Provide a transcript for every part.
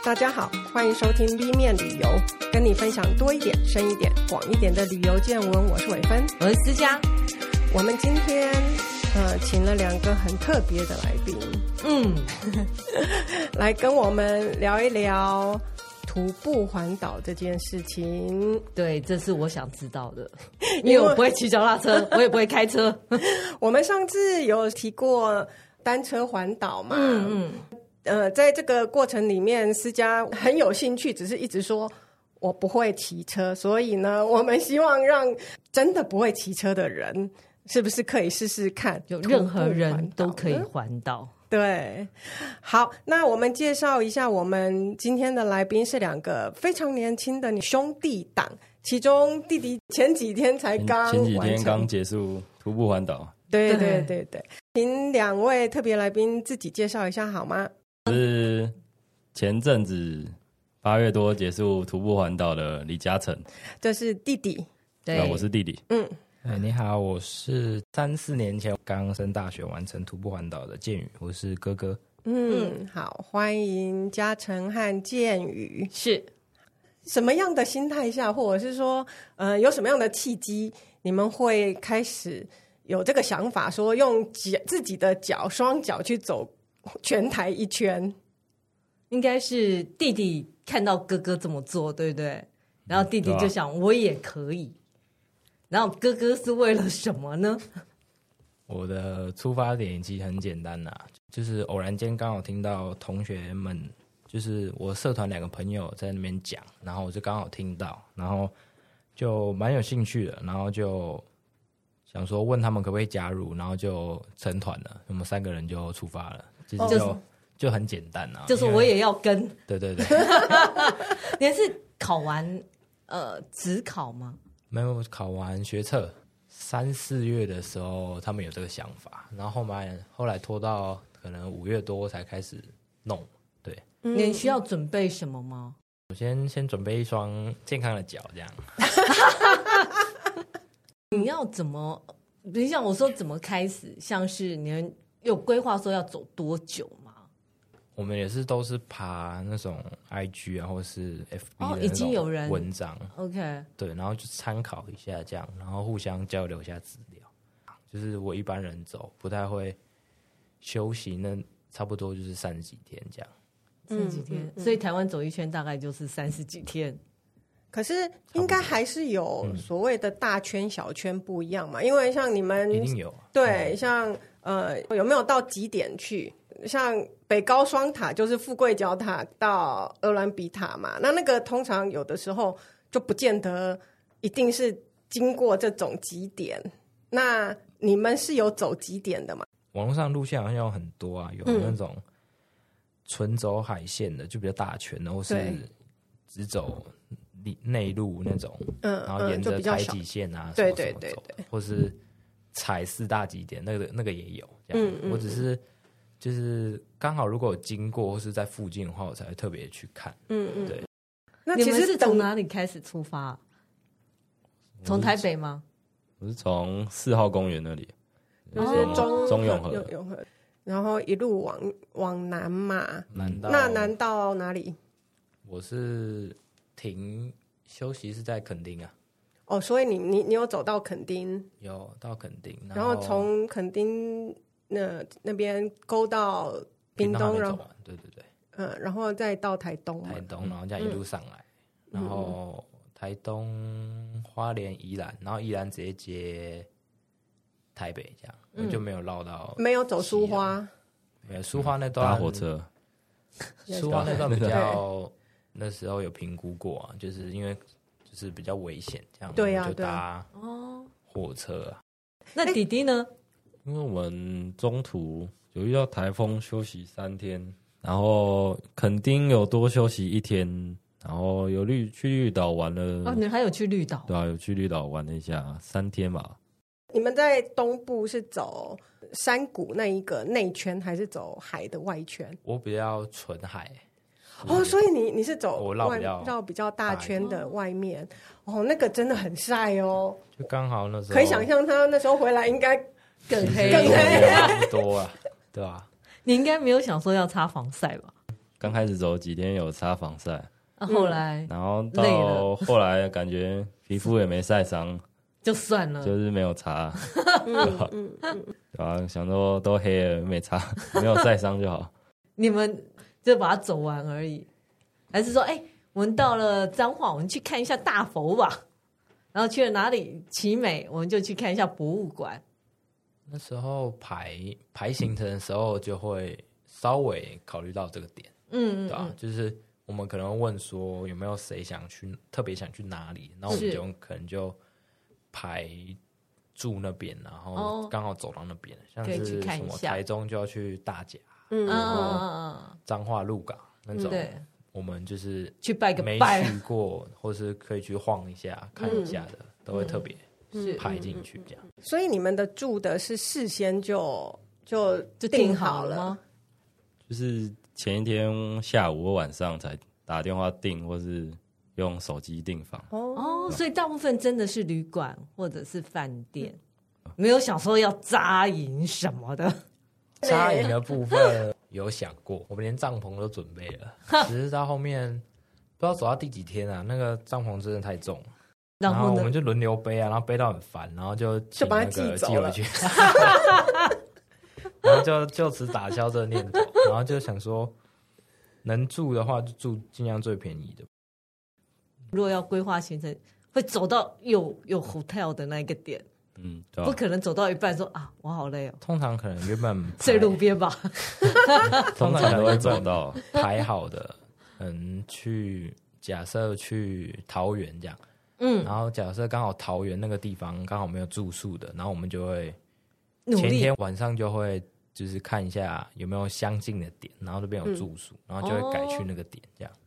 大家好，欢迎收听 B 面旅游，跟你分享多一点、深一点、广一点的旅游见闻。我是伟芬， 我是思佳。 我们今天请了2个很特别的来宾，来跟我们聊一聊徒步环岛这件事情。 对，这是我想知道的，因为我不会骑脚踏车，我也不会开车。 我们上次有提过单车环岛嘛，在这个过程里面，思佳很有兴趣，只是一直说我不会骑车，所以呢，我们希望让真的不会骑车的人，是不是可以试试看？ 有任何人都可以环岛。 对，好，那我们介绍一下，我们今天的来宾是2个非常年轻的兄弟党，其中弟弟前几天才前几天刚结束徒步环岛。 对，请2位特别来宾自己介绍一下好吗？ 是前阵子8月多结束徒步环岛的李嘉诚， 这是弟弟。 对，我是弟弟。 你好，我是3、4年前刚升大学完成徒步环岛的建宇，我是哥哥。 好，欢迎嘉诚和建宇。 是什么样的心态下，或者是说有什么样的契机，你们会开始有这个想法，说用自己的双脚去走全台一圈？ 应该是弟弟看到哥哥这么做，对不对？然后弟弟就想我也可以。然后哥哥是为了什么呢？ 我的出发点其实很简单啦，就是偶然间刚好听到同学们，就是我社团2个朋友在那边讲，然后我就刚好听到，然后就蛮有兴趣的，然后就想说问他们可不可以加入，然后就成团了，我们3个人就出发了，其实就很简单啊， 就是我也要跟。 对， 你是考完指考吗？ 没有，考完学测3、4月的时候，他们有这个想法，然后后来拖到可能5月多才开始弄。对， 你需要准备什么吗？ 我先准备一双健康的脚，这样。 你要怎么？等一下，我说怎么开始？像是你们有规划说要走多久吗？ 我们也是都是爬那种 IG 啊，或是 FB 的已经有人文章 ，OK， 对，然后就参考一下这样，然后互相交流一下资料。就是我一般人走不太会休息，那差不多就是30几天这样。 30几天，所以台湾走一圈大概就是30几天。 可是应该还是有所谓的大圈小圈不一样嘛，因为像你们一定有对，像有没有到极点去？像北高双塔就是富贵角塔到鹅銮比塔嘛，那个通常有的时候就不见得一定是经过这种极点。那你们是有走极点的吗？ 网络上路线好像有很多啊，有那种纯走海线的，就比较大圈的，或是只走内陆那种，然后沿着台几线啊，对，或是踩4大极点，那个也有。这样，我只是就是刚好如果有经过或是在附近的话，我才会特别去看。对。 那你们是从哪里开始出发？从台北吗？ 我是从4号公园那里， 就是中永和， 然后一路往南嘛。南到哪里？ 我是停休息是在垦丁啊。 哦，所以你有走到垦丁？ 有到垦丁， 然后从垦丁那边勾到屏东，然后对， 然后再到台东， 然后这样一路上来，然后台东、花莲、宜兰，然后宜兰直接接台北，这样我就没有绕到， 没有走苏花， 没有苏花那段搭火车， 苏花那段比较那时候有评估过啊，就是因为就是比较危险，这样对啊，就搭火车啊。 那弟弟呢？ 因为我们中途有遇到台风，休息3天，然后垦丁有多休息1天，然后有去绿岛玩了。 哦，你还有去绿岛？ 对啊，有去绿岛玩了一下，3天吧。 你们在东部是走山谷那一个内圈，还是走海的外圈？ 我比较纯海。 哦，所以你是走我绕比较大圈的外面。哦，那个真的很晒哦。 就刚好那时候可以想象他那时候回来应该更黑很多啊，对吧？ 你应该没有想说要擦防晒吧？ 刚开始走几天有擦防晒， 后来然后到后来感觉皮肤也没晒伤， 就算了， 就是没有擦，对吧？想说都黑了没擦，没有晒伤就好。 你们就把它走完而已，还是说，我们到了彰化，我们去看一下大佛吧？然后去了哪里？奇美，我们就去看一下博物馆。 那时候排行程的时候，就会稍微考虑到这个点，对吧？就是我们可能会问说有没有谁特别想去哪里，然后我们就可能就排住那边，然后刚好走到那边，像是什么台中就要去大甲，然后彰化鹿港那种，我们就是去拜个拜， 没去过或是可以去晃一下看一下的，都会特别排进去这样。 所以你们的住的是事先就订好了吗？ 就是前一天下午或晚上才打电话订，或是用手机订房。 所以大部分真的是旅馆或者是饭店，没有想说要扎营什么的。 扎营的部分有想过，我们连帐篷都准备了，只是到后面不知道走到第几天啊，那个帐篷真的太重了。然后我们就轮流背啊，然后背到很烦，然后就把它寄回去，然后就此打消这个念头，然后就想说，能住的话就住尽量最便宜的。 如果要规划行程，会走到有 hotel 的那一个点， 对吧？ 不可能走到一半说我好累哦。 通常可能原本睡路边吧， 通常都会走到排好的，假设去桃园这样。然后假设刚好桃园那个地方刚好没有住宿的，然后我们就会前天晚上就会就是看一下有没有相近的点，然后那边有住宿，然后就会改去那个点这样。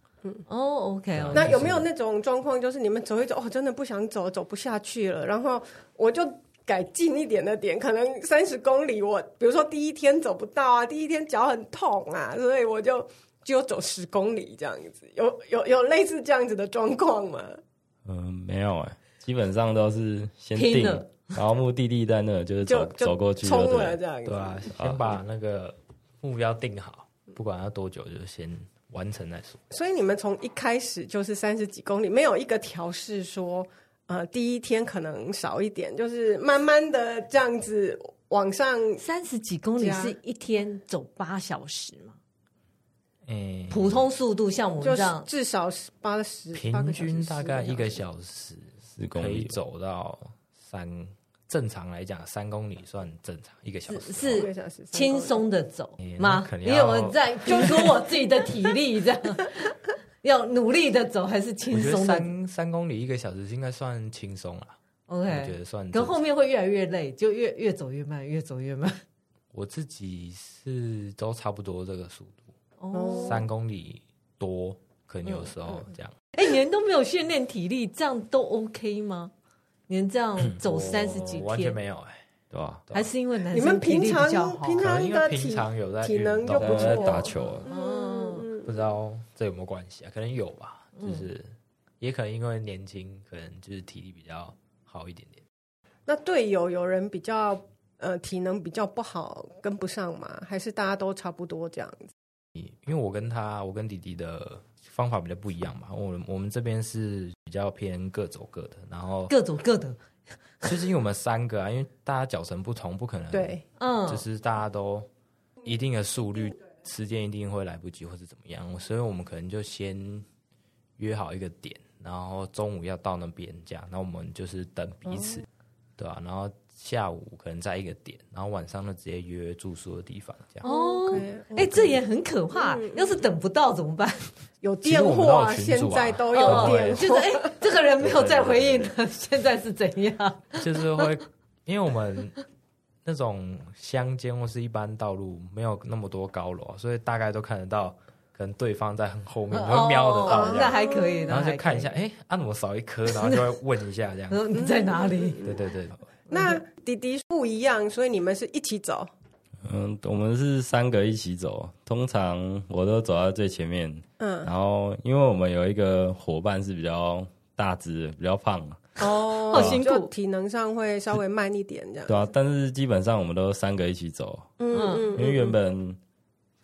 OK。 那有没有那种状况，就是你们走一走，真的不想走，走不下去了，然后我就改近一点的点，可能30公里，我比如说第一天走不到啊，第一天脚很痛啊，所以我就走10公里这样子，有类似这样子的状况吗？ 没有基本上都是先定，然后目的地在那，就是走过去冲了这样子， 对啊，先把那个目标定好，不管要多久，就先完成再说。 所以你们从一开始就是30几公里，没有一个调试说，第一天可能少一点，就是慢慢的这样子往上。 30几公里是一天走8小时吗？普通速度像我们这样， 至少80， 平均大概1个小时 4公里可以走到3。正常来讲，3公里算正常，1个小时是轻松的走吗？因为我在评估我自己的体力，这样要努力的走还是轻松的 ？3公里1个小时应该算轻松了。 OK， 我觉得算。 可后面会越来越累，就越走越慢，越走越慢。 我自己是都差不多这个速度。3公里多，可能有时候这样。 你们都没有训练体力，这样都 OK 吗？你们这样走30几天， 完全没有对吧？ 还是因为男生体力比较好， 平常的平常有在体能就不错， 打球不知道这有没有关系啊？可能有吧，就是也可能因为年轻，可能就是体力比较好一点点。 那队友有人比较体能比较不好，跟不上吗？还是大家都差不多这样子？ 因为我跟弟弟的方法比较不一样嘛，我们这边是比较偏各走各的，然后各走各的， 就是因为我们3个啊，因为大家脚程不同，不可能对， 就是大家都一定的速率，时间一定会来不及或是怎么样，所以我们可能就先约好一个点，然后中午要到那边这样，然后我们就是等彼此，对吧？然后下午可能在一个点，然后晚上就直接约住宿的地方，这样。 这也很可怕。要是等不到怎么办？ 有电话，现在都有电话， 就是这个人没有再回应了，现在是怎样？ 就是会，因为我们那种乡间或是一般道路没有那么多高楼，所以大概都看得到，可能对方在很后面，你会瞄得到， 那还可以。 然后就看一下，怎么少一颗，然后就会问一下这样。 你在哪里？ 对。 那弟弟不一样，所以你们是一起走。 我们是3个一起走，通常我都走在最前面。然后因为我们有一个伙伴是比较大只、比较胖， 好辛苦， 体能上会稍微慢一点这样。 对啊，但是基本上我们都3个一起走。因为原本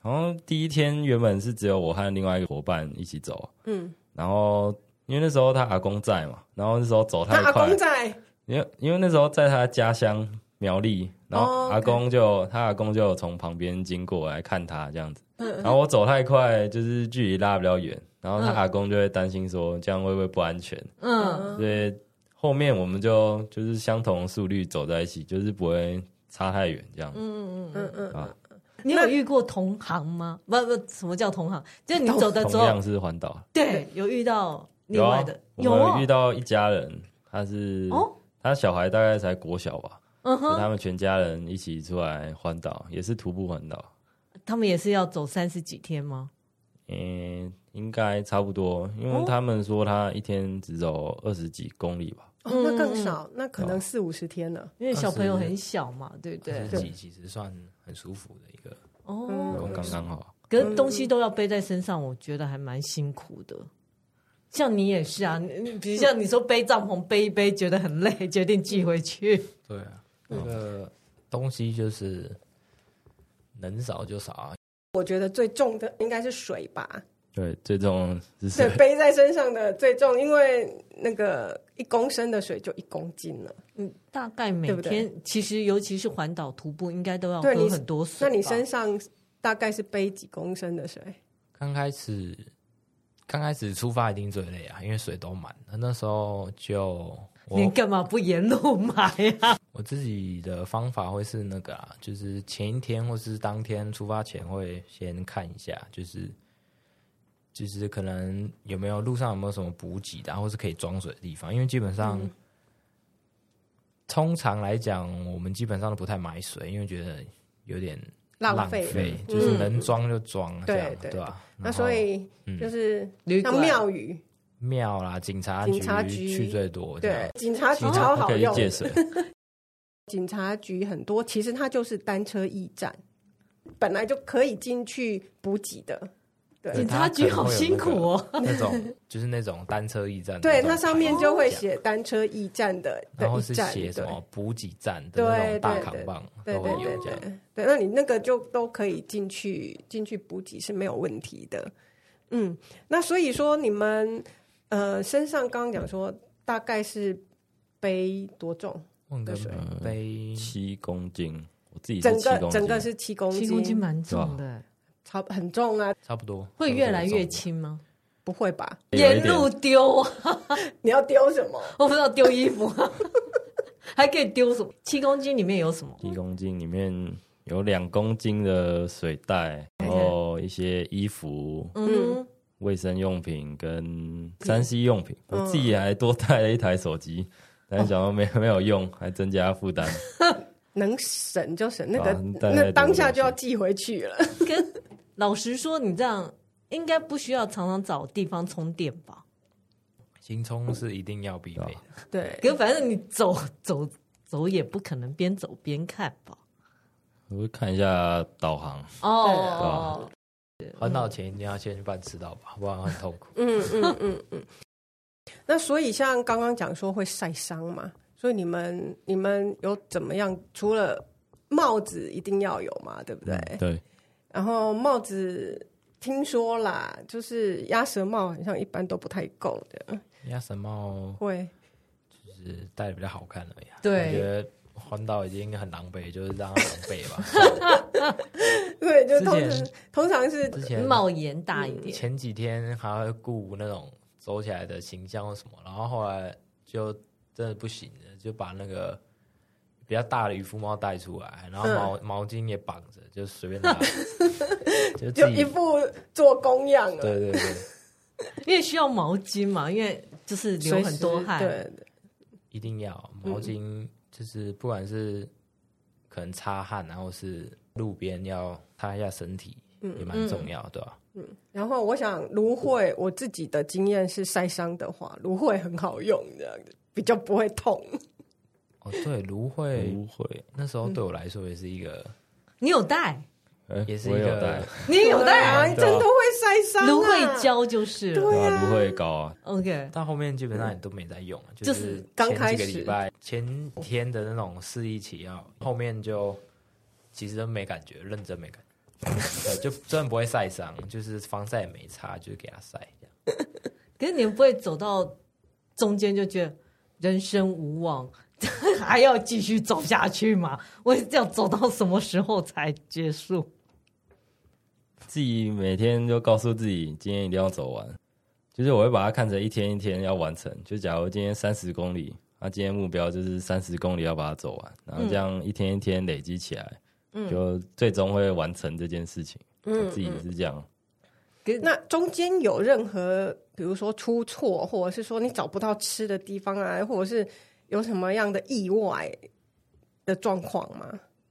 然后第一天原本是只有我和另外一个伙伴一起走，然后因为那时候他阿公在嘛，然后那时候走太快， 他阿公在， 因为那时候在他家乡苗栗，然后他阿公就从旁边经过来看他这样子，然后我走太快，就是距离拉比较远，然后他阿公就会担心说这样会不会不安全，所以后面我们就是相同速率走在一起，就是不会差太远这样， 你有遇过同行吗？不，什么叫同行？就是你走的时候， 同样是环岛， 对，有遇到另外的， 有我们遇到一家人，他小孩大概才国小吧，就他们全家人一起出来环岛，也是徒步环岛。 他们也是要走30几天吗？ 应该差不多，因为他们说他一天只走20几公里吧。 那更少，那可能40-50天了。 因为小朋友很小嘛，对不对？ 其实算很舒服的一个， 刚刚好。 可是东西都要背在身上，我觉得还蛮辛苦的。像你也是啊，比如像你说背帐篷背一背，觉得很累，决定寄回去。 对啊，那个东西就是能少就少啊。 我觉得最重的应该是水吧。 对，最重是水。 对，背在身上的最重，因为那个1公升的水就1公斤了。 大概每天，对对，其实尤其是环岛徒步，应该都要喝很多水。 那你身上大概是背几公升的水？ 刚开始出发一定最累啊，因为水都满。那时候你干嘛不沿路买啊？ 我自己的方法会是那个就是前一天或是当天出发前会先看一下，就是可能路上有没有什么补给的，或是可以装水的地方，因为基本上，通常来讲，我们基本上都不太买水，因为觉得有点浪费，就是能装就装，这样对吧？ 那所以就是像庙啦、 警察局去最多， 对，警察局超好用， 可以借水。 警察局很多，其实它就是单车驿站，本来就可以进去补给的。对， 警察局好辛苦哦， 就是那种单车驿站， 对，它上面就会写单车驿站的， 然后是写什么补给站的那种大扛棒， 对，那你那个就都可以进去补给是没有问题的。那所以说你们身上刚刚讲说大概是背多重的水？ 背 7公斤，我自己是7公斤， 整个是7公斤，7 公斤蛮重的。 很重啊， 差不多。 会越来越轻吗？ 不会吧？ 沿路丢， 你要丢什么？ 我不知道，丢衣服还可以丢什么？7公斤里面有什么 ？7公斤里面有2公斤的水袋，然后一些衣服、卫生用品跟3C 用品。我自己还多带了一台手机，但是想到没有用，还增加负担。 能省就省，那当下就要寄回去了。 老实说，你这样应该不需要常常找地方充电吧？ 行充是一定要必备的。 对， 可反正你走也不可能边走边看吧？ 我会看一下导航。 环岛前一定要先去办吃到吧，不然很痛苦。 那所以像刚刚讲说会晒伤嘛，所以你们有怎么样？除了帽子一定要有嘛，对不对？ 对。 然后帽子听说啦，就是鸭舌帽好像一般都不太够的。 鸭舌帽会就是戴的比较好看而已。 对， 我觉得环岛已经很狼狈，就是让它狼狈吧。 对，就通常是之前帽檐大一点。 前几天还会顾那种走起来的形象或什么，然后后来就真的不行了，就把那个比较大的渔夫帽戴出来，然后毛巾也绑着，就随便拿， 就一副做工样了。 对， 因为需要毛巾嘛，因为就是流很多汗， 对， 一定要毛巾，就是不管是可能擦汗，然后是路边要擦一下身体，也蛮重要，对吧？ 然后我想芦荟，我自己的经验是晒伤的话，芦荟很好用，这样子比较不会痛。 对，芦荟那时候对我来说也是一个， 你有带， 也是一个， 你有带啊，真的会晒伤。 芦荟胶就是了， 对啊， 芦荟膏啊。 OK， 到后面基本上也都没在用， 就是刚开始前几个礼拜前天的那种试一起要，后面就其实都没感觉，认真没感觉。 就真的不会晒伤，就是防晒也没差，就给它晒这样。 可是你们不会走到中间就觉得人生无望，还要继续走下去吗？我要走到什么时候才结束？ 自己每天就告诉自己今天一定要走完，就是我会把它看成一天一天要完成。就假如今天30公里，那今天目标就是30公里要把它走完，然后这样一天一天累积起来，就最终会完成这件事情。我自己是这样。 那中间有任何，比如说出错，或者是说你找不到吃的地方啊，或者是有什么样的意外的状况吗？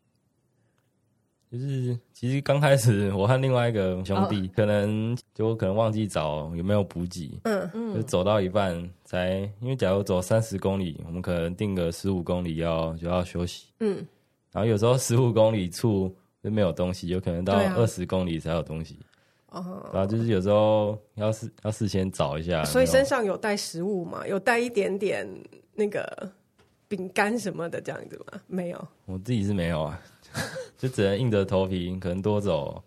就是其实刚开始我和另外一个兄弟，可能忘记找有没有补给，就走到一半因为假如走30公里，我们可能定个15公里就要休息，然后有时候15公里处就没有东西，有可能到20公里才有东西。然后就是有时候要事先找一下， 所以身上有带食物吗？有带一点点那个饼干什么的这样子吗？没有， 我自己是没有啊，就只能硬着头皮，可能多走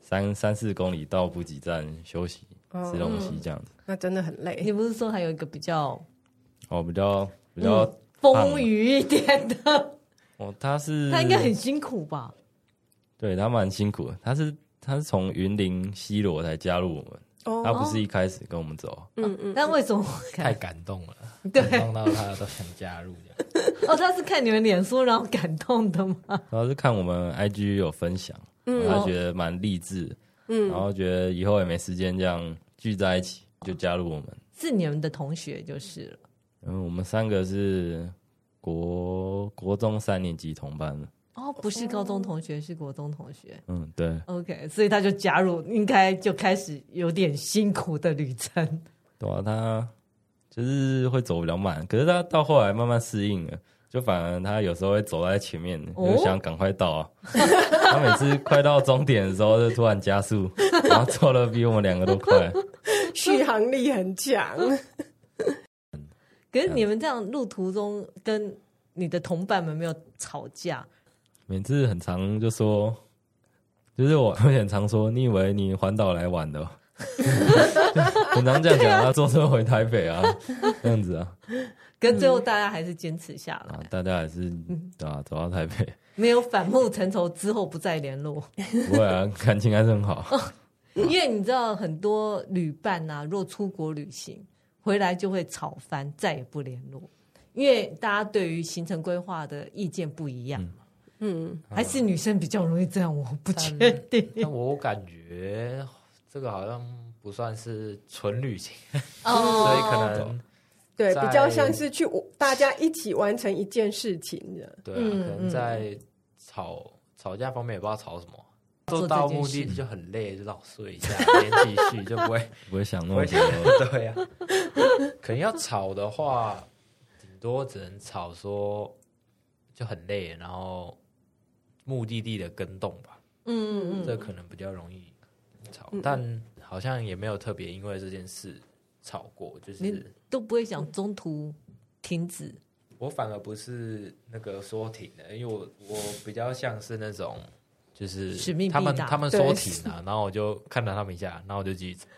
3-4公里到补给站休息吃东西这样子。 那真的很累。 你不是说还有一个比较比较丰腴一点的？ 他应该很辛苦吧？ 对，他蛮辛苦的，他是从云林西螺才加入我们，他不是一开始跟我们走。 但为什么太感动了？ 对， 感动到他都想加入这样。 他是看你们脸书然后感动的吗？ 他是看我们 IG 有分享，他觉得蛮励志，然后觉得以后也没时间这样聚在一起，就加入我们。 是你们的同学就是了。 我们3个是国中3年级同班的。 不是高中同学，是国中同学。 对。 OK， 所以他就加入，应该就开始有点辛苦的旅程。 对啊，他就是会走比较慢，可是他到后来慢慢适应了，就反而他有时候会走在前面，就想赶快到啊。他每次快到终点的时候，就突然加速，然后走了比我们2个都快， 续航力很强。 可是你们这样路途中跟你的同伴们没有吵架？ 每次很常就说，就是我很常说，你以为你环岛来玩的哦？很常这样讲，他坐车回台北啊，这样子啊。 跟最后大家还是坚持下来， 大家还是对啊，走到台北， 没有反目成仇，之后不再联络。 不会啊，感情还是很好。 因为你知道，很多旅伴啊，若出国旅行回来就会吵翻，再也不联络，因为大家对于行程规划的意见不一样。还是女生比较容易这样，我不确定。 但我感觉这个好像不算是纯旅行，所以可能对比较像是去大家一起完成一件事情的。 对啊，可能在吵架方面也不知道吵什么，做到目的地就很累，就老睡一下，连继续就不会想那么多。 对啊，可能要吵的话，顶多只能吵说就很累，然后目的地的更动吧。这可能比较容易吵，但好像也没有特别因为这件事吵过，就是你都不会想中途停止。 我反而不是那个说停的，因为我比较像是那种就是使命必达， 他们说停了，然后我就看了他们一下，然后我就继续走。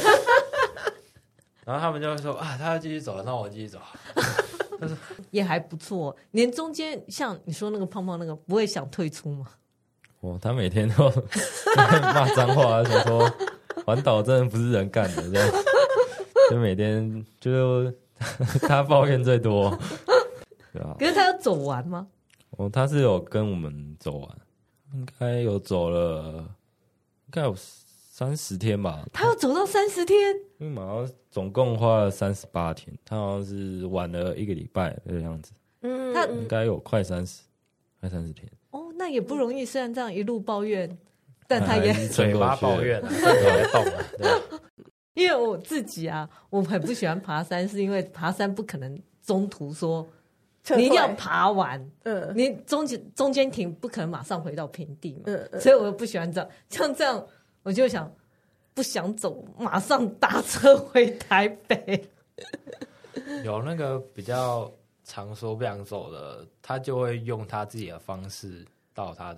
然后他们就会说他要继续走了，那我继续走。 也还不错，连中间像你说那个胖胖那个，不会想退出吗？ 他每天都骂脏话，想说环岛真的不是人干的，这样就每天就他抱怨最多，对啊。 可是他要走完吗？ 他是有跟我们走完，应该有走了，应该有30天吧。 他要走到30天， 因为好像总共花了38天，他好像是晚了1个礼拜的样子。 他应该有快30天。 那也不容易。虽然这样一路抱怨，但他也嘴巴抱怨啊，也动了。对， 因为我自己啊，我很不喜欢爬山，是因为爬山不可能中途说你一定要爬完，你中间停，不可能马上回到平地嘛，所以我不喜欢这样。像这样，我就想不想走，马上搭车回台北。 有那个比较常说不想走的，他就会用他自己的方式到他的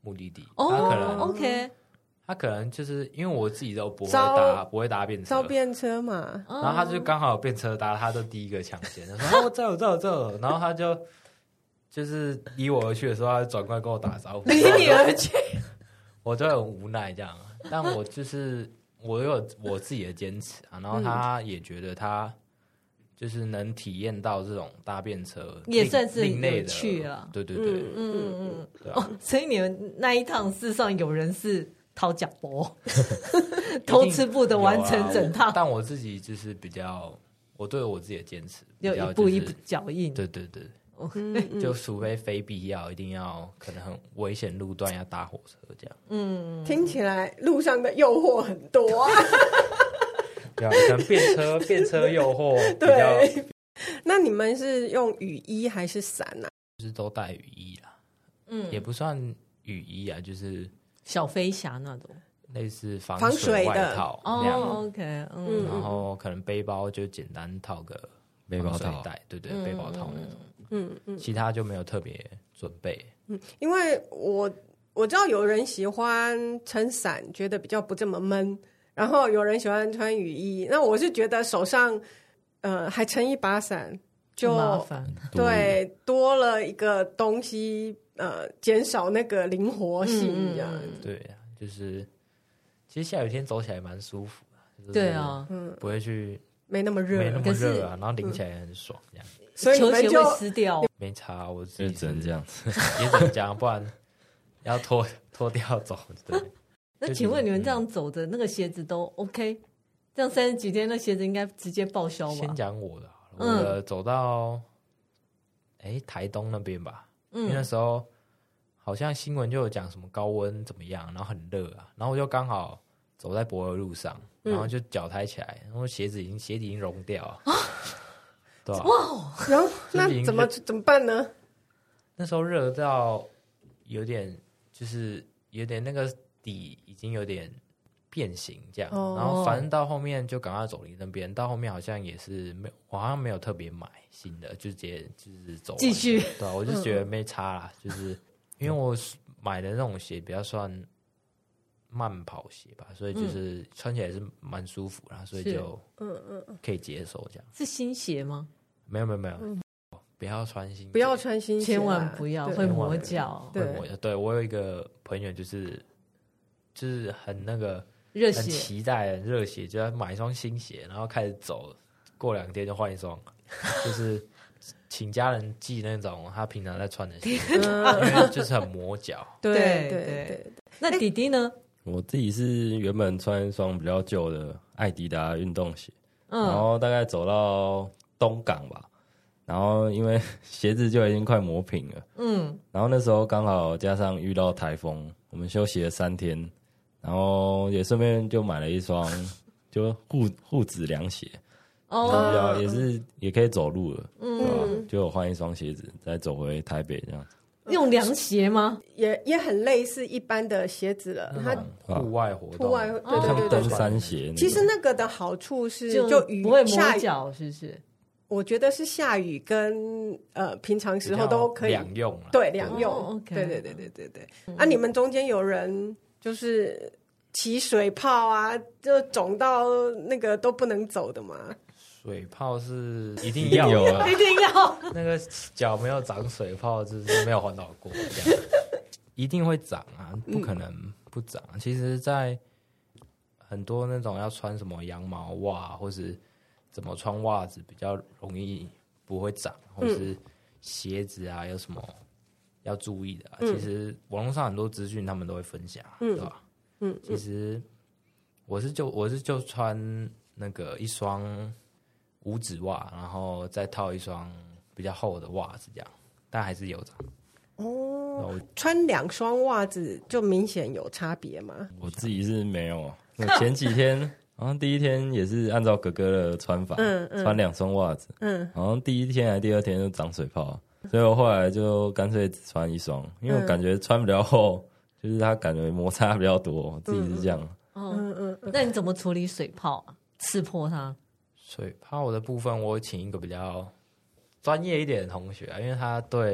目的地。 哦， 他可能 OK， 他可能就是因为我自己都不会搭便车， 招便车嘛， 然后他就刚好有便车搭，他就第一个抢先，他说：“我这，然后他就是离我而去的时候，他就转过来跟我打招呼， 离你而去， 我就很无奈这样。但我就是我有我自己的坚持啊，然后他也觉得他就是能体验到这种搭便车， 也算是另类的趣了。 对，对啊，所以你们那一趟事实上有人是掏脚包，偷吃步的完成整趟。 但我自己就是比较，我对我自己的坚持， 有一步一步脚印。 对，就除非必要，一定要可能很危险路段要搭火车这样。 听起来路上的诱惑很多啊。 对啊，可能便车诱惑比较。 那你们是用雨衣还是伞啊？ 就是都带雨衣啦，也不算雨衣啊，就是小飞侠那种类似防水外套那样。 OK， 然后可能背包就简单套个背包套带，对，背包套那种。其他就没有特别准备。 因为我知道有人喜欢撑伞，觉得比较不这么闷，然后有人喜欢穿雨衣。那我是觉得手上还撑一把伞就麻烦， 对，多了一个东西，减少那个灵活性这样。 对啊，就是其实下雨天走起来蛮舒服的。 对啊， 不会去没那么热啊，然后淋起来也很爽这样。 所以你们就会湿掉， 没差，我自己只能这样子， 也只能这样，不然要脱掉走。对。 那请问你们这样走的那个鞋子都 OK？ 这样30几天那鞋子应该直接报销吧？ 先讲我的好了，我的走到台东那边吧，因为那时候好像新闻就有讲什么高温怎么样，然后很热啊，然后我就刚好走在柏油路上，然后就脚抬起来，然后鞋底已经融掉了。对吧？ 哇，然后那怎么办呢？ 那时候热到有点，就是有点那个底已经有点变形这样，然后反正到后面就赶快走离那边，到后面好像也是我好像没有特别买新的，就直接就是走继续。 对啊，我就觉得没差啦，就是因为我买的那种鞋比较算慢跑鞋吧，所以就是穿起来是蛮舒服啦，所以就可以接受这样。 是新鞋吗？ 没有，不要穿新鞋， 不要穿新鞋， 千万不要，会磨脚。 对，我有一个朋友就是很那个热血， 很期待很热血，就要买一双新鞋，然后开始走，过2天就换一双，就是请家人寄那种他平常在穿的鞋，因为就是很磨脚。 对。那弟弟呢？ 我自己是原本穿一双比较旧的艾迪达运动鞋，然后大概走到东港吧，然后因为鞋子就已经快磨平了，然后那时候刚好加上遇到台风，我们休息了3天，然后也顺便就买了一双就护趾凉鞋，也可以走路了，对吧？就有换一双鞋子，再走回台北这样子。 用凉鞋吗？ 也很类似一般的鞋子了，它户外活动， 像登山鞋。 其实那个的好处是， 就雨不会磨下脚，是不是？ 我觉得是下雨跟平常时候都可以两用， 对，两用。 OK， 对。啊，你们中间有人就是起水泡啊，就肿到那个都不能走的吗？ 水泡是一定要有啊， 一定要。 那个脚没有长水泡，就是没有环岛过，这样一定会长啊，不可能不长。其实，在很多那种要穿什么羊毛袜，或是怎么穿袜子比较容易不会长，或是鞋子啊有什么要注意的啊，其实网络上很多资讯他们都会分享，对吧？其实我是就穿那个一双五指袜，然后再套一双比较厚的袜子，这样，但还是有长。 穿2双袜子就明显有差别吗？ 我自己是没有，前几天好像第一天也是按照哥哥的穿法，穿2双袜子，好像第1天还第2天就长水泡，所以我后来就干脆只穿1双，因为我感觉穿比较厚，就是它感觉摩擦比较多，自己是这样。 那你怎么处理水泡啊？刺破它？ 水泡的部分，我请一个比较专业一点的同学啊，因为他对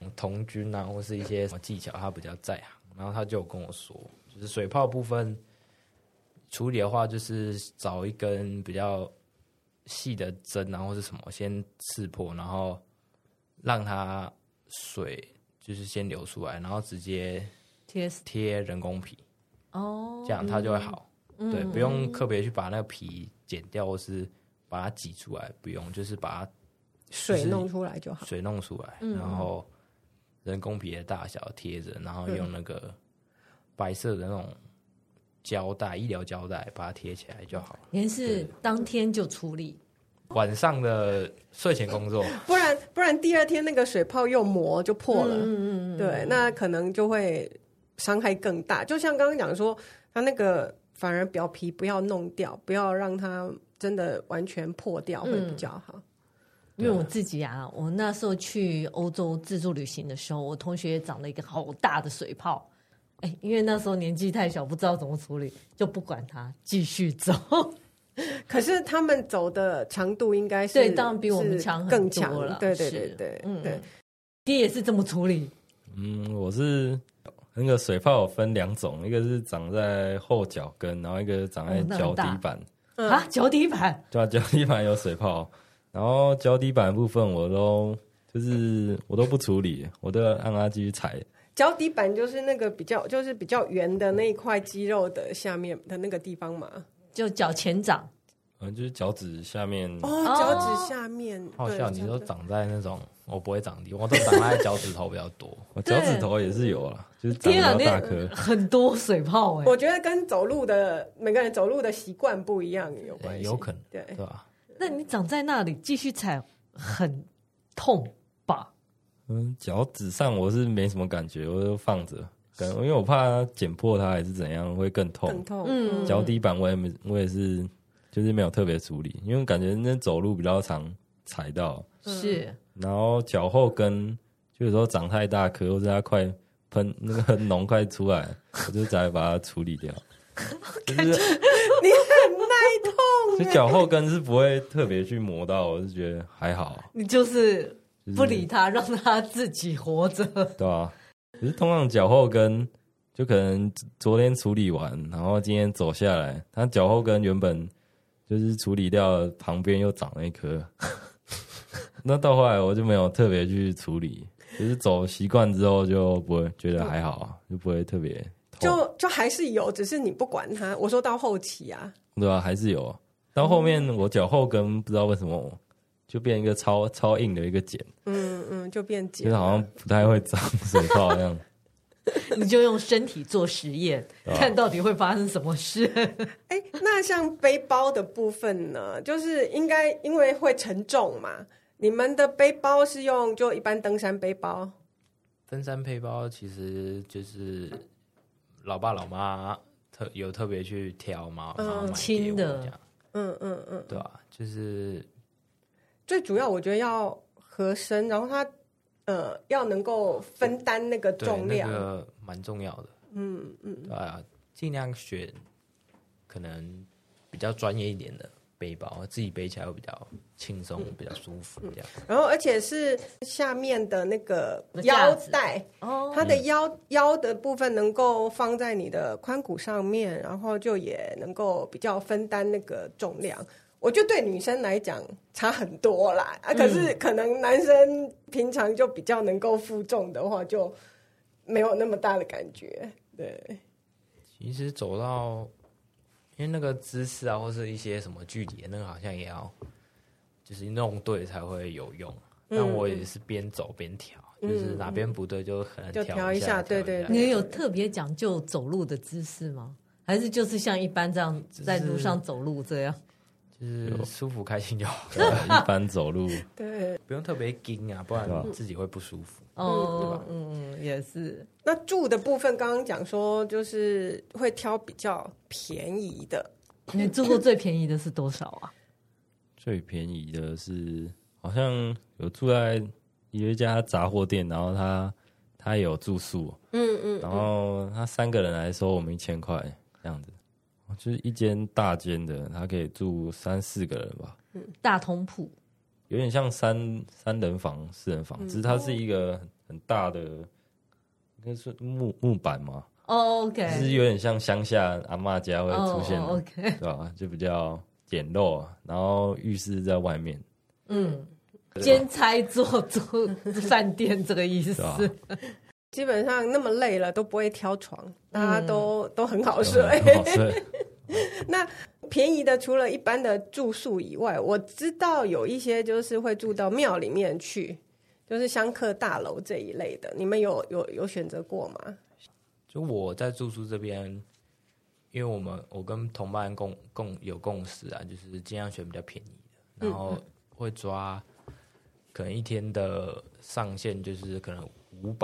童军啊，或是一些什么技巧，他比较在行。然后他就有跟我说，就是水泡部分处理的话，就是找一根比较细的针，然后是什么，先刺破，然后让它水就是先流出来，然后直接贴人工皮，这样它就会好。对，不用特别去把那个皮剪掉，或是把它挤出来，不用，就是把它水弄出来就好。 水弄出来，然后人工皮的大小贴着，然后用那个白色的那种胶带，医疗胶带把它贴起来就好了。 也是当天就处理， 晚上的睡前工作， 不然第二天那个水泡又磨就破了。对，那可能就会伤害更大。就像刚刚讲说，它那个反而表皮不要弄掉，不要让它真的完全破掉会比较好。 因为我自己啊，我那时候去欧洲自助旅行的时候，我同学也长了一个好大的水泡。因为那时候年纪太小，不知道怎么处理，就不管它，继续走。 可是他们走的强度应该是对，当然比我们强很多了。 对， 爹也是这么处理。 我是那个水泡有分2种，一个是长在后脚跟，然后一个长在脚底板。 脚底板？ 对啊，脚底板有水泡，然后脚底板的部分我都不处理，我都让它继续踩。 脚底板就是那个比较圆的那一块肌肉的下面的那个地方嘛， 就脚前掌， 就是脚趾下面。 脚趾下面。 好笑，你都长在那种我不会长的地方，我都长在脚趾头比较多。 我脚趾头也是有啦，就是长比较大颗， 很多水泡。 我觉得跟每个人走路的习惯不一样有关系， 有可能， 对吧？ 那你长在那里继续踩，很痛吧？ 脚趾上我是没什么感觉，我就放着，因为我怕剪破它还是怎样会更痛。 更痛。 脚底板我也是，就是没有特别处理，因为感觉那走路比较常踩到。 是。 然后脚后跟就有时候长太大颗，或者它快喷那个脓快出来，我就再把它处理掉。就是你很耐痛。 就脚后跟是不会特别去磨到，我是觉得还好。 你就是不理他，让他自己活着， 对啊。可是通常脚后跟就可能昨天处理完，然后今天走下来，他脚后跟原本就是处理掉，旁边又长了一颗。那到后来我就没有特别去处理，就是走习惯之后就不会觉得还好啊，就不会特别痛。 就还是有，只是你不管它。我说到后期啊， 对啊，还是有。到后面我脚后跟不知道为什么就变一个超硬的一个茧， 就变茧， 就是好像不太会长水泡那样。 你就用身体做实验，看到底会发生什么事。 那像背包的部分呢，就是应该因为会沉重嘛，你们的背包是用就一般登山背包？ 登山背包其实就是老爸老妈有特别去挑嘛， 轻的， 对吧？就是最主要我觉得要合身，然后它要能够分担那个重量， 那个蛮重要的。对啊，尽量选可能比较专业一点的背包，自己背起来会比较轻松，比较舒服这样。 然后而且是下面的那个腰带，它的腰的部分能够放在你的髋骨上面，然后就也能够比较分担那个重量。我觉得对女生来讲差很多啦，可是可能男生平常就比较能够负重的话，就没有那么大的感觉。对， 其实走到，因为那个姿势啊，或是一些什么距离，那个好像也要就是弄对才会有用。但我也是边走边调，就是哪边不对就可能调一下。 对。 你有特别讲究走路的姿势吗？还是就是像一般这样在路上走路这样？ 就是舒服开心就好， 一般走路对， 不用特别紧啊，不然自己会不舒服。 也是。 那住的部分刚刚讲说，就是会挑比较便宜的。 你住过最便宜的是多少啊？ 最便宜的是好像有住在有一家杂货店，然后他有住宿，然后他3个人来收我们1000块这样子。就是一间大间的，它可以住3-4个人吧。 大通铺， 有点像三人房、4人房，只是它是一个很大的，应该是木板嘛。 OK， 就是有点像乡下阿嬷家会出现的， OK， 对吧？就比较简陋，然后浴室在外面， 兼差做饭店这个意思。 基本上那么累了都不会挑床，大家都很好睡。 很好睡。 那便宜的除了一般的住宿以外，我知道有一些就是会住到庙里面去，就是香客大楼这一类的，你们有选择过吗？ 就我在住宿这边，因为我跟同伴有共识啊，就是尽量选比较便宜的，然后会抓可能一天的上限就是可能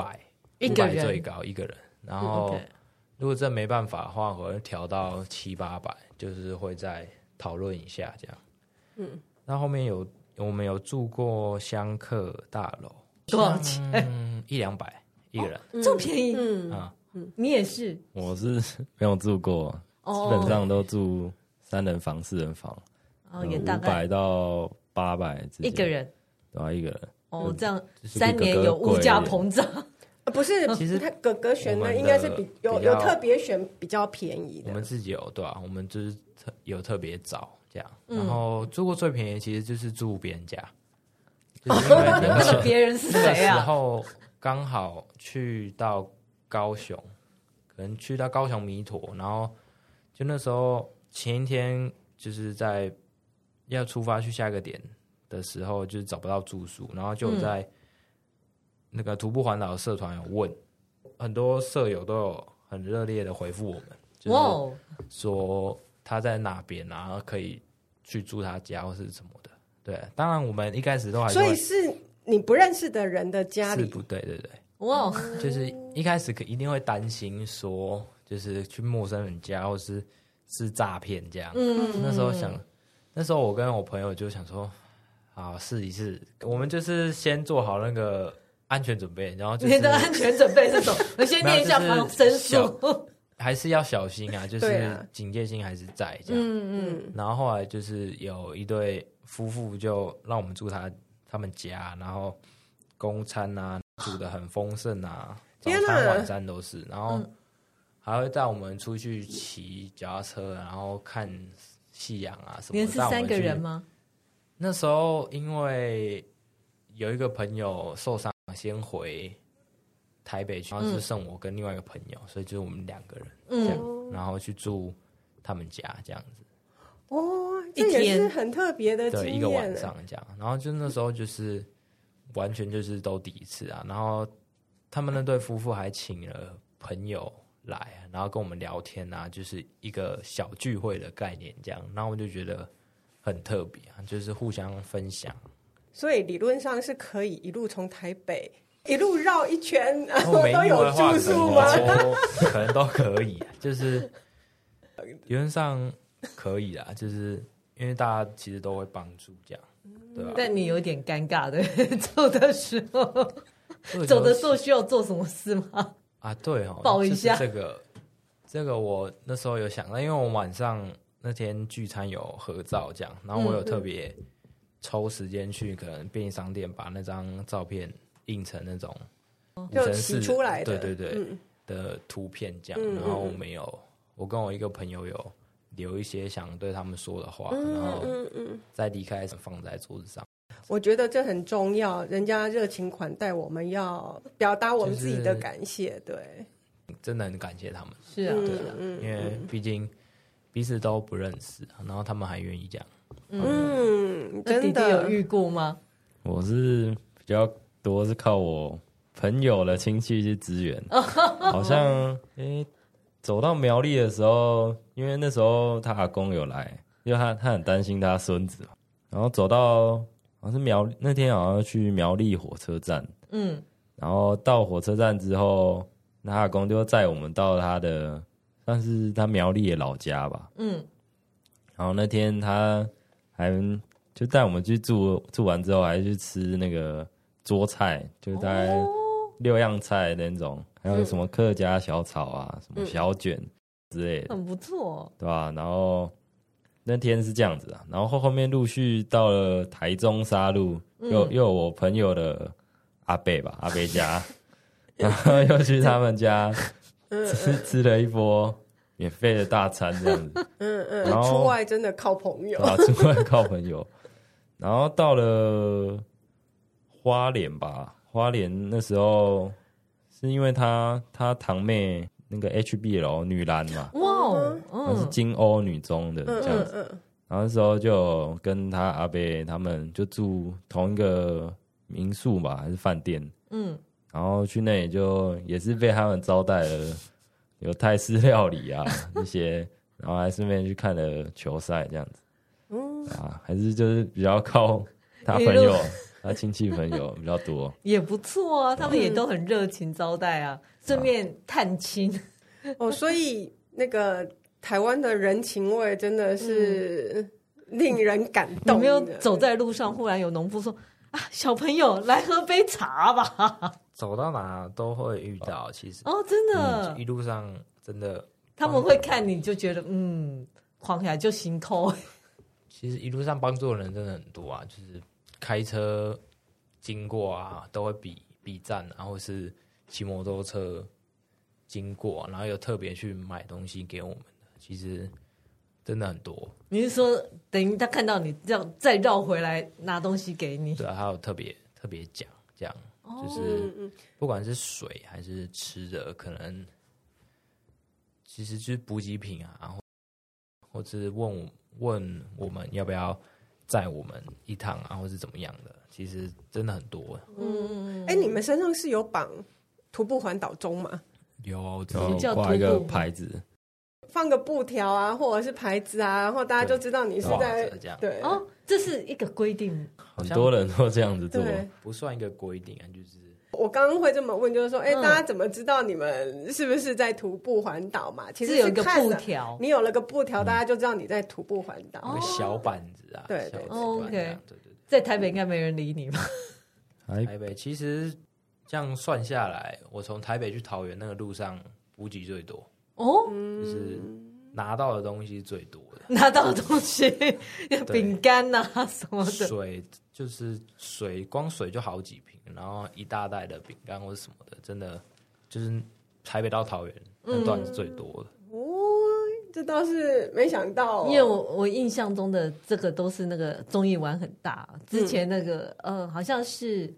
500最高一个人，然后如果真没办法的话，我会调到700-800，就是会再讨论一下这样。那后面我们有住过香客大楼， 多少钱 ？100-200一个人， 这么便宜？你也是？ 我是没有住过，基本上都住3人房、4人房， 也大概 500到800 一个人， 对吧？一个人。 这样3年有物价膨胀。 不是，其实他哥哥选的应该是有特别选比较便宜的。 我们自己有，对吧？我们就是有特别找这样，然后住过最便宜其实就是住别人家，就是因为那个别人是谁啊？ 那个时候刚好去到高雄，可能去到高雄弥陀，然后就那时候前一天就是在要出发去下一个点的时候，就是找不到住宿，然后就在那个徒步环岛的社团有问，很多舍友都有很热烈的回复我们，就是说他在哪边啊，可以去住他家或是什么的。对，当然我们一开始都还是所以是你不认识的人的家里， 是不对，对。哇，就是一开始一定会担心说，就是去陌生人家或是诈骗这样。那时候我跟我朋友就想说，好试一试，我们就是先做好那个安全准备，然后就是你的安全准备是什么？我先念一下防身术， 还是要小心啊，就是警戒心还是在这样。然后后来就是有一对夫妇就让我们住他们家，然后供餐啊煮得很丰盛啊，早餐晚餐都是，然后还会带我们出去骑脚踏车，然后看夕阳啊什么的。 你们是3个人吗？ 那时候因为有一个朋友受伤，先回台北去，然后就剩我跟另外一个朋友，所以就是我们2个人这样，然后去住他们家这样子。 这也是很特别的经验。 对，一个晚上这样，然后就那时候就是完全就是都第一次啊，然后他们那对夫妇还请了朋友来，然后跟我们聊天啊，就是一个小聚会的概念这样，然后我就觉得很特别啊，就是互相分享。 所以理论上是可以一路从台北一路绕一圈，然后都有住宿吗？ 可能都可以，就是理论上可以啦，就是因为大家其实都会帮助这样，对吧？ 但你有点尴尬的，走的时候，走的时候需要做什么事吗？ 啊，对哦， 抱一下。 这个我那时候有想到，因为我晚上那天聚餐有合照这样，然后我有特别抽时间去可能便利商店把那张照片印成那种就洗出来的， 对的图片这样，然后我跟我一个朋友有留一些想对他们说的话，然后再离开放在桌子上。 我觉得这很重要，人家热情款待我们，要表达我们自己的感谢。对， 真的很感谢他们。 是啊， 对啊，因为毕竟彼此都不认识，然后他们还愿意这样。 真的。弟弟有遇过吗？ 我是比较多是靠我朋友的亲戚去支援，好像走到苗栗的时候，因为那时候他阿公有来，因为他很担心他孙子，然后走到好像是那天好像去苗栗火车站，然后到火车站之后，他阿公就载我们到他的算是他苗栗的老家吧，然后那天他还就带我们去住完之后，还去吃那个桌菜，就大概6样菜那种。还有什么客家小炒啊，什么小卷之类的， 很不错， 对吧？然后那天是这样子啊，然后后面陆续到了台中沙鹿，又有我朋友的阿伯家， 然后又去他们家吃了一波免费的大餐这样子。 然后出外真的靠朋友， 出外靠朋友。然后到了花莲吧，花莲那时候是因为他堂妹那个 HBL 女篮嘛， 哇， 她是金欧女中的这样子。然后那时候就跟他阿伯他们就住同一个民宿吧，还是饭店。然后去那里就也是被他们招待了，有泰式料理啊一些，然后还顺便去看了球赛这样子。还是就是比较靠他朋友、他亲戚朋友比较多， 也不错啊，他们也都很热情招待啊，顺便探亲。 所以那个台湾的人情味真的是令人感动。 有没有走在路上，忽然有农夫说：“啊，小朋友来喝杯茶吧。” 走到哪都会遇到，其实真的， 一路上真的他们会看你就觉得晃下来就心扣。 其实一路上帮助的人真的很多啊，就是开车经过啊，都会比赞啊，或是骑摩托车经过，然后有特别去买东西给我们的，其实真的很多。 你是说等于他看到你这样再绕回来拿东西给你？ 对啊，还有特别讲这样，就是不管是水还是吃的，可能其实就是补给品啊，然后或者是问我们要不要载我们一趟啊，或是怎么样的，其实真的很多。 你们身上是有绑徒步环岛钟吗？ 有挂一个牌子， 放个布条啊，或者是牌子啊，然后大家就知道你是在对这是一个规定， 很多人都这样子做， 不算一个规定啊，就是我刚刚会这么问，就是说，大家怎么知道你们是不是在徒步环岛嘛？其实是有一个布条， 你有了个布条，大家就知道你在徒步环岛。 一个小板子啊， 对 ，OK，对，在台北应该没人理你吧？ 台北其实这样算下来，我从台北去桃园那个路上补给最多就是拿到的东西最多的， 拿到的东西，饼干啊什么的， 水就是水，光水就好几瓶，然后一大袋的饼干或者什么的，真的就是台北到桃园那段是最多的。 这倒是没想到因为我印象中的这个都是那个综艺玩很大，之前那个好像是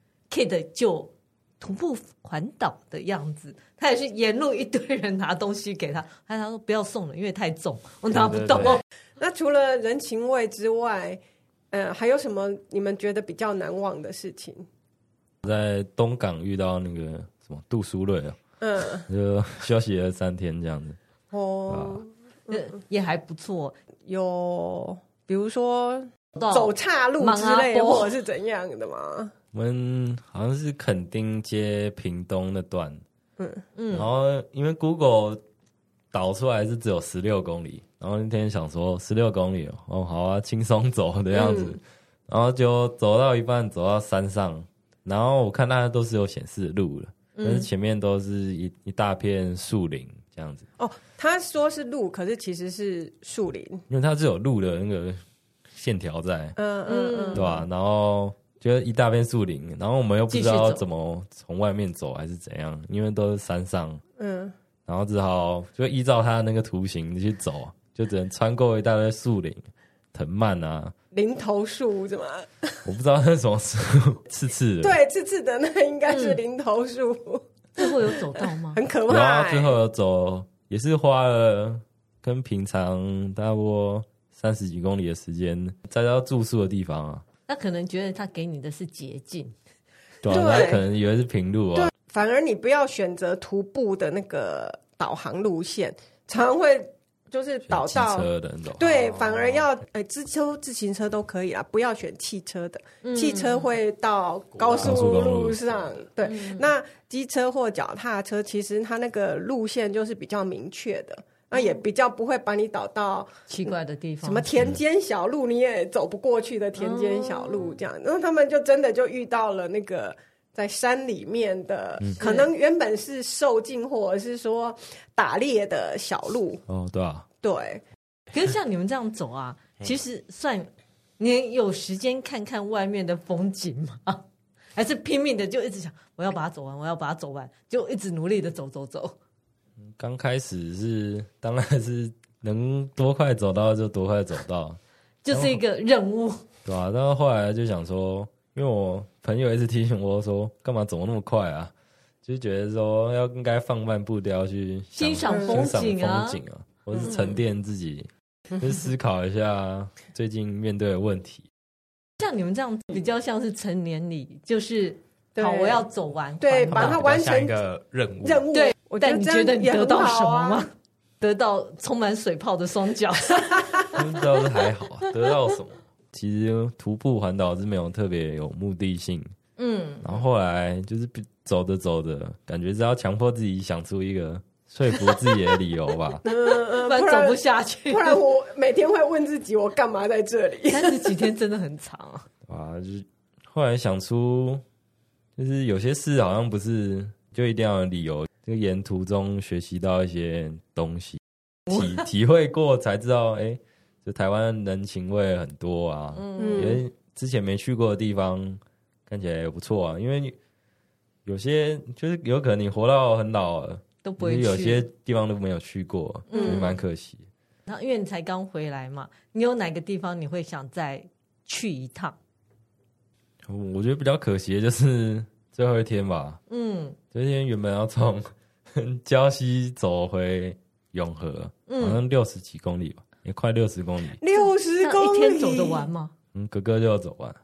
Kid 就徒步环岛的样子，他也是沿路一堆人拿东西给他，他说不要送了，因为太重，我拿不动。 那除了人情味之外，还有什么你们觉得比较难忘的事情？ 在东港遇到那个什么杜苏芮就休息了3天这样子。 也还不错。 有比如说走岔路之类或者是怎样的吗？ 我们好像是垦丁接屏东那段，然后因为 Google 导出来是只有16公里，然后那天想说16公里好啊，轻松走的样子，然后就走到一半，走到山上，然后我看大家都是有显示路了，但是前面都是一大片树林这样子。 他说是路，可是其实是树林， 因为它是有路的那个线条在，对吧？然后就一大片树林，然后我们又不知道怎么从外面走还是怎样，因为都是山上，然后只好就依照它那个图形去走，就只能穿过一大堆树林、藤蔓啊、 林头树怎么？ 我不知道那是什么树，刺刺的， 对，刺刺的那应该是林头树。 最后有走到吗？ 很可怕。 有啊，最后有走。也是花了跟平常大概30几公里的时间，再到住宿的地方啊。 他可能觉得他给你的是捷径， 对啊，他可能以为是平路啊。 反而你不要选择徒步的那个导航路线，常常会就是导到汽车的那种。 对，反而要自行车都可以啦，不要选汽车的，汽车会到高速路上。对，那机车或脚踏车，其实它那个路线就是比较明确的，那也比较不会把你导到奇怪的地方， 什么田间小路你也走不过去的田间小路这样。然后他们就真的就遇到了那个在山里面的，可能原本是受禁或者是说打猎的小路。 对啊， 对。 可是像你们这样走啊，其实算你有时间看看外面的风景吗？ 还是拼命的就一直想我要把它走完，我要把它走完，就一直努力的走。 刚开始当然是能多快走到就多快走到， 就是一个任务， 对吧？但后来就想说，因为我朋友一直提醒我说，干嘛走那么快啊？就是觉得说应该放慢步调去欣赏风景啊， 或是沉淀自己，就是思考一下最近面对的问题。 像你们这样比较像是成年礼，就是好，我要走完， 对，把它完成一个任务。 对，但你觉得你得到什么吗？得到充满水泡的双脚， 倒是还好，得到什么？其实徒步环岛是没有特别有目的性，然后后来就是走着，感觉是要强迫自己想出一个说服自己的理由吧， 不然走不下去。 不然我每天会问自己，我干嘛在这里 ？30几天真的很长啊！就是后来想出，就是有些事好像不是就一定要有理由，就沿途中学习到一些东西，体会过才知道，就台湾人情味很多啊，因为之前没去过的地方看起来也不错啊，因为有些就是有可能你活到很老了都不会去， 有些地方都没有去过，蛮可惜。 然后因为你才刚回来嘛，你有哪个地方你会想再去一趟？ 我觉得比较可惜的就是最后一天吧。最后一天原本要从礁溪走回永和，好像60几公里吧，也快60公里。 60公里， 一天走得完吗？ 哥哥就要走完。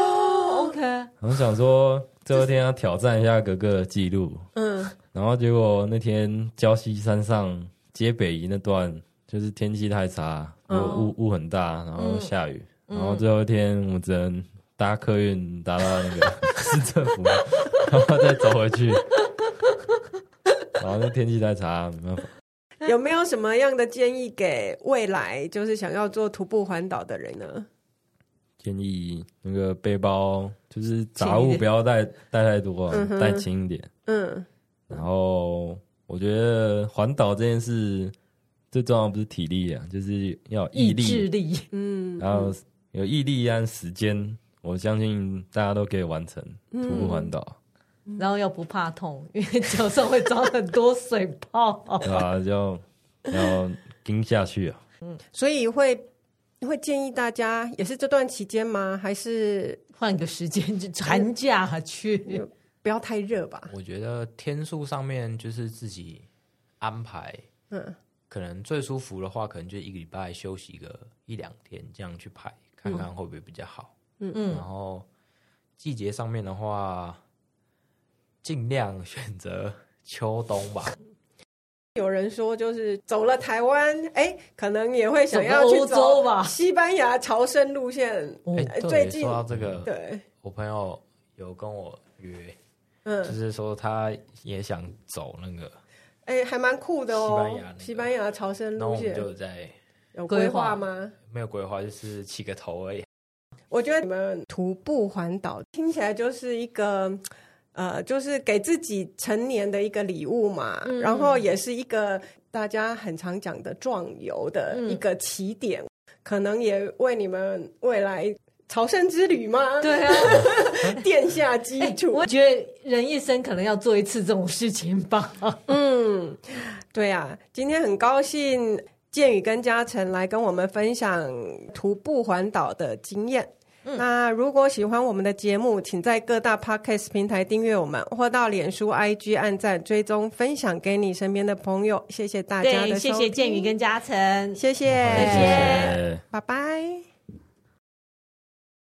OK。 我想说最后一天要挑战一下哥哥的记录。然后结果那天礁溪山上接北宜那段，就是天气太差，雾很大，然后下雨，然后最后一天我只能搭客运搭到那个市政府，然后再走回去。然后那天气太差，没办法。 有没有什么样的建议给未来就是想要做徒步环岛的人呢？ 建议那个背包就是杂物不要带太多，带轻一点。然后我觉得环岛这件事最重要不是体力啊，就是要有毅力、 意志力。 然后有毅力和时间，我相信大家都可以完成徒步环岛。 然后要不怕痛，因为脚上会长很多水泡。 对啊，要盯下去啊。 所以会建议大家也是这段期间吗？还是换个时间就寒假去？ 不要太热吧。 我觉得天数上面就是自己安排，可能最舒服的话，可能就1个礼拜休息个1-2天，这样去排，看看会不会比较好。然后季节上面的话，尽量选择秋冬吧。 有人说，就是走了台湾，可能也会想要去欧洲吧， 西班牙朝圣路线。最近说到这个， 对， 我朋友有跟我约，就是说他也想走那个， 还蛮酷的哦。西班牙朝圣路线， 然后我们就在有规划吗？ 没有规划，就是起个头而已。 我觉得你们徒步环岛听起来就是一个。就是给自己成年的一个礼物嘛，然后也是一个大家很常讲的壮游的一个起点，可能也为你们未来朝圣之旅吗？ 对啊， 奠下基础。 我觉得人一生可能要做一次这种事情吧。 对啊，今天很高兴建宇跟嘉诚来跟我们分享徒步环岛的经验。那如果喜欢我们的节目，请在各大 Podcast 平台订阅我们，或到脸书 IG 按赞追踪分享给你身边的朋友。谢谢大家的收听， 谢谢建宇跟嘉诚， 谢谢， 拜拜。 拜拜。